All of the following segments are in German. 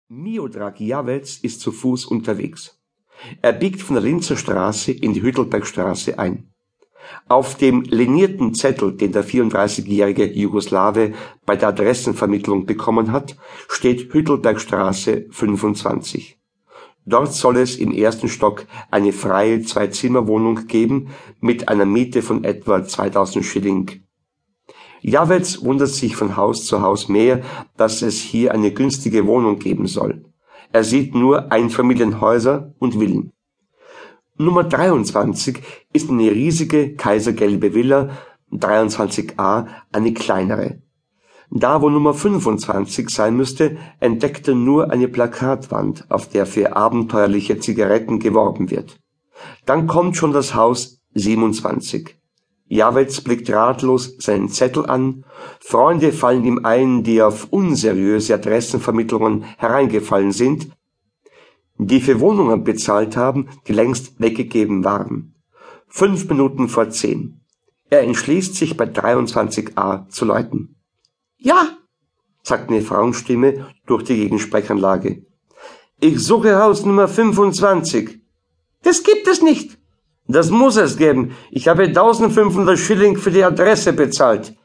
Miodrag Jawez ist zu Fuß unterwegs. Er biegt von der Linzer Straße in die Hüttelbergstraße ein. Auf dem linierten Zettel, den der 34-jährige Jugoslawe bei der Adressenvermittlung bekommen hat, steht Hüttelbergstraße 25. Dort soll es im ersten Stock eine freie Zwei-Zimmer-Wohnung geben mit einer Miete von etwa 2000 Schilling. Jawez wundert sich von Haus zu Haus mehr, dass es hier eine günstige Wohnung geben soll. Er sieht nur Einfamilienhäuser und Villen. Nummer 23 ist eine riesige kaisergelbe Villa, 23a eine kleinere. Da, wo Nummer 25 sein müsste, entdeckt er nur eine Plakatwand, auf der für abenteuerliche Zigaretten geworben wird. Dann kommt schon das Haus 27. Jawez blickt ratlos seinen Zettel an. Freunde fallen ihm ein, die auf unseriöse Adressenvermittlungen hereingefallen sind, die für Wohnungen bezahlt haben, die längst weggegeben waren. 5 Minuten vor 10. Er entschließt sich bei 23a zu läuten. »Ja«, sagt eine Frauenstimme durch die Gegensprechanlage. »Ich suche Haus Nummer 25. »Das gibt es nicht.« »Das muss es geben. Ich habe 1500 Schilling für die Adresse bezahlt.«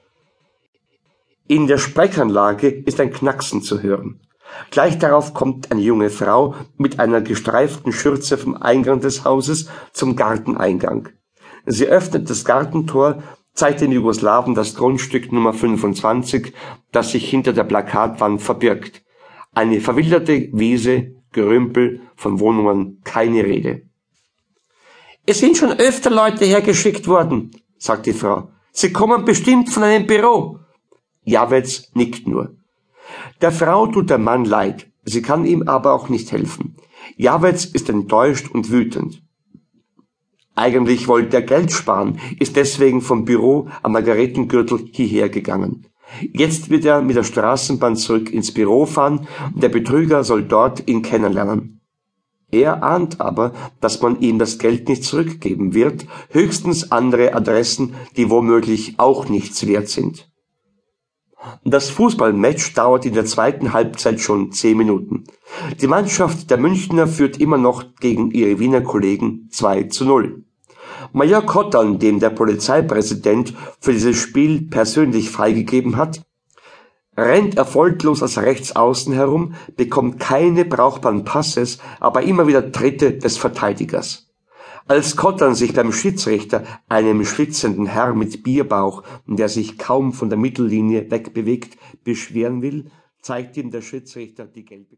In der Sprechanlage ist ein Knacksen zu hören. Gleich darauf kommt eine junge Frau mit einer gestreiften Schürze vom Eingang des Hauses zum Garteneingang. Sie öffnet das Gartentor, zeigt den Jugoslawen das Grundstück Nummer 25, das sich hinter der Plakatwand verbirgt. Eine verwilderte Wiese, Gerümpel, von Wohnungen keine Rede. »Es sind schon öfter Leute hergeschickt worden«, sagt die Frau. »Sie kommen bestimmt von einem Büro.« Jawez nickt nur. Der Frau tut der Mann leid, sie kann ihm aber auch nicht helfen. Jawez ist enttäuscht und wütend. Eigentlich wollte er Geld sparen, ist deswegen vom Büro am Margaretengürtel hierher gegangen. Jetzt wird er mit der Straßenbahn zurück ins Büro fahren und der Betrüger soll dort ihn kennenlernen. Er ahnt aber, dass man ihm das Geld nicht zurückgeben wird, höchstens andere Adressen, die womöglich auch nichts wert sind. Das Fußballmatch dauert in der zweiten Halbzeit schon 10 Minuten. Die Mannschaft der Münchner führt immer noch gegen ihre Wiener Kollegen 2:0. Major Kottern, dem der Polizeipräsident für dieses Spiel persönlich freigegeben hat, rennt erfolglos als Rechtsaußen herum, bekommt keine brauchbaren Passes, aber immer wieder Tritte des Verteidigers. Als Kottern sich beim Schiedsrichter, einem schwitzenden Herr mit Bierbauch, der sich kaum von der Mittellinie wegbewegt, beschweren will, zeigt ihm der Schiedsrichter die gelbe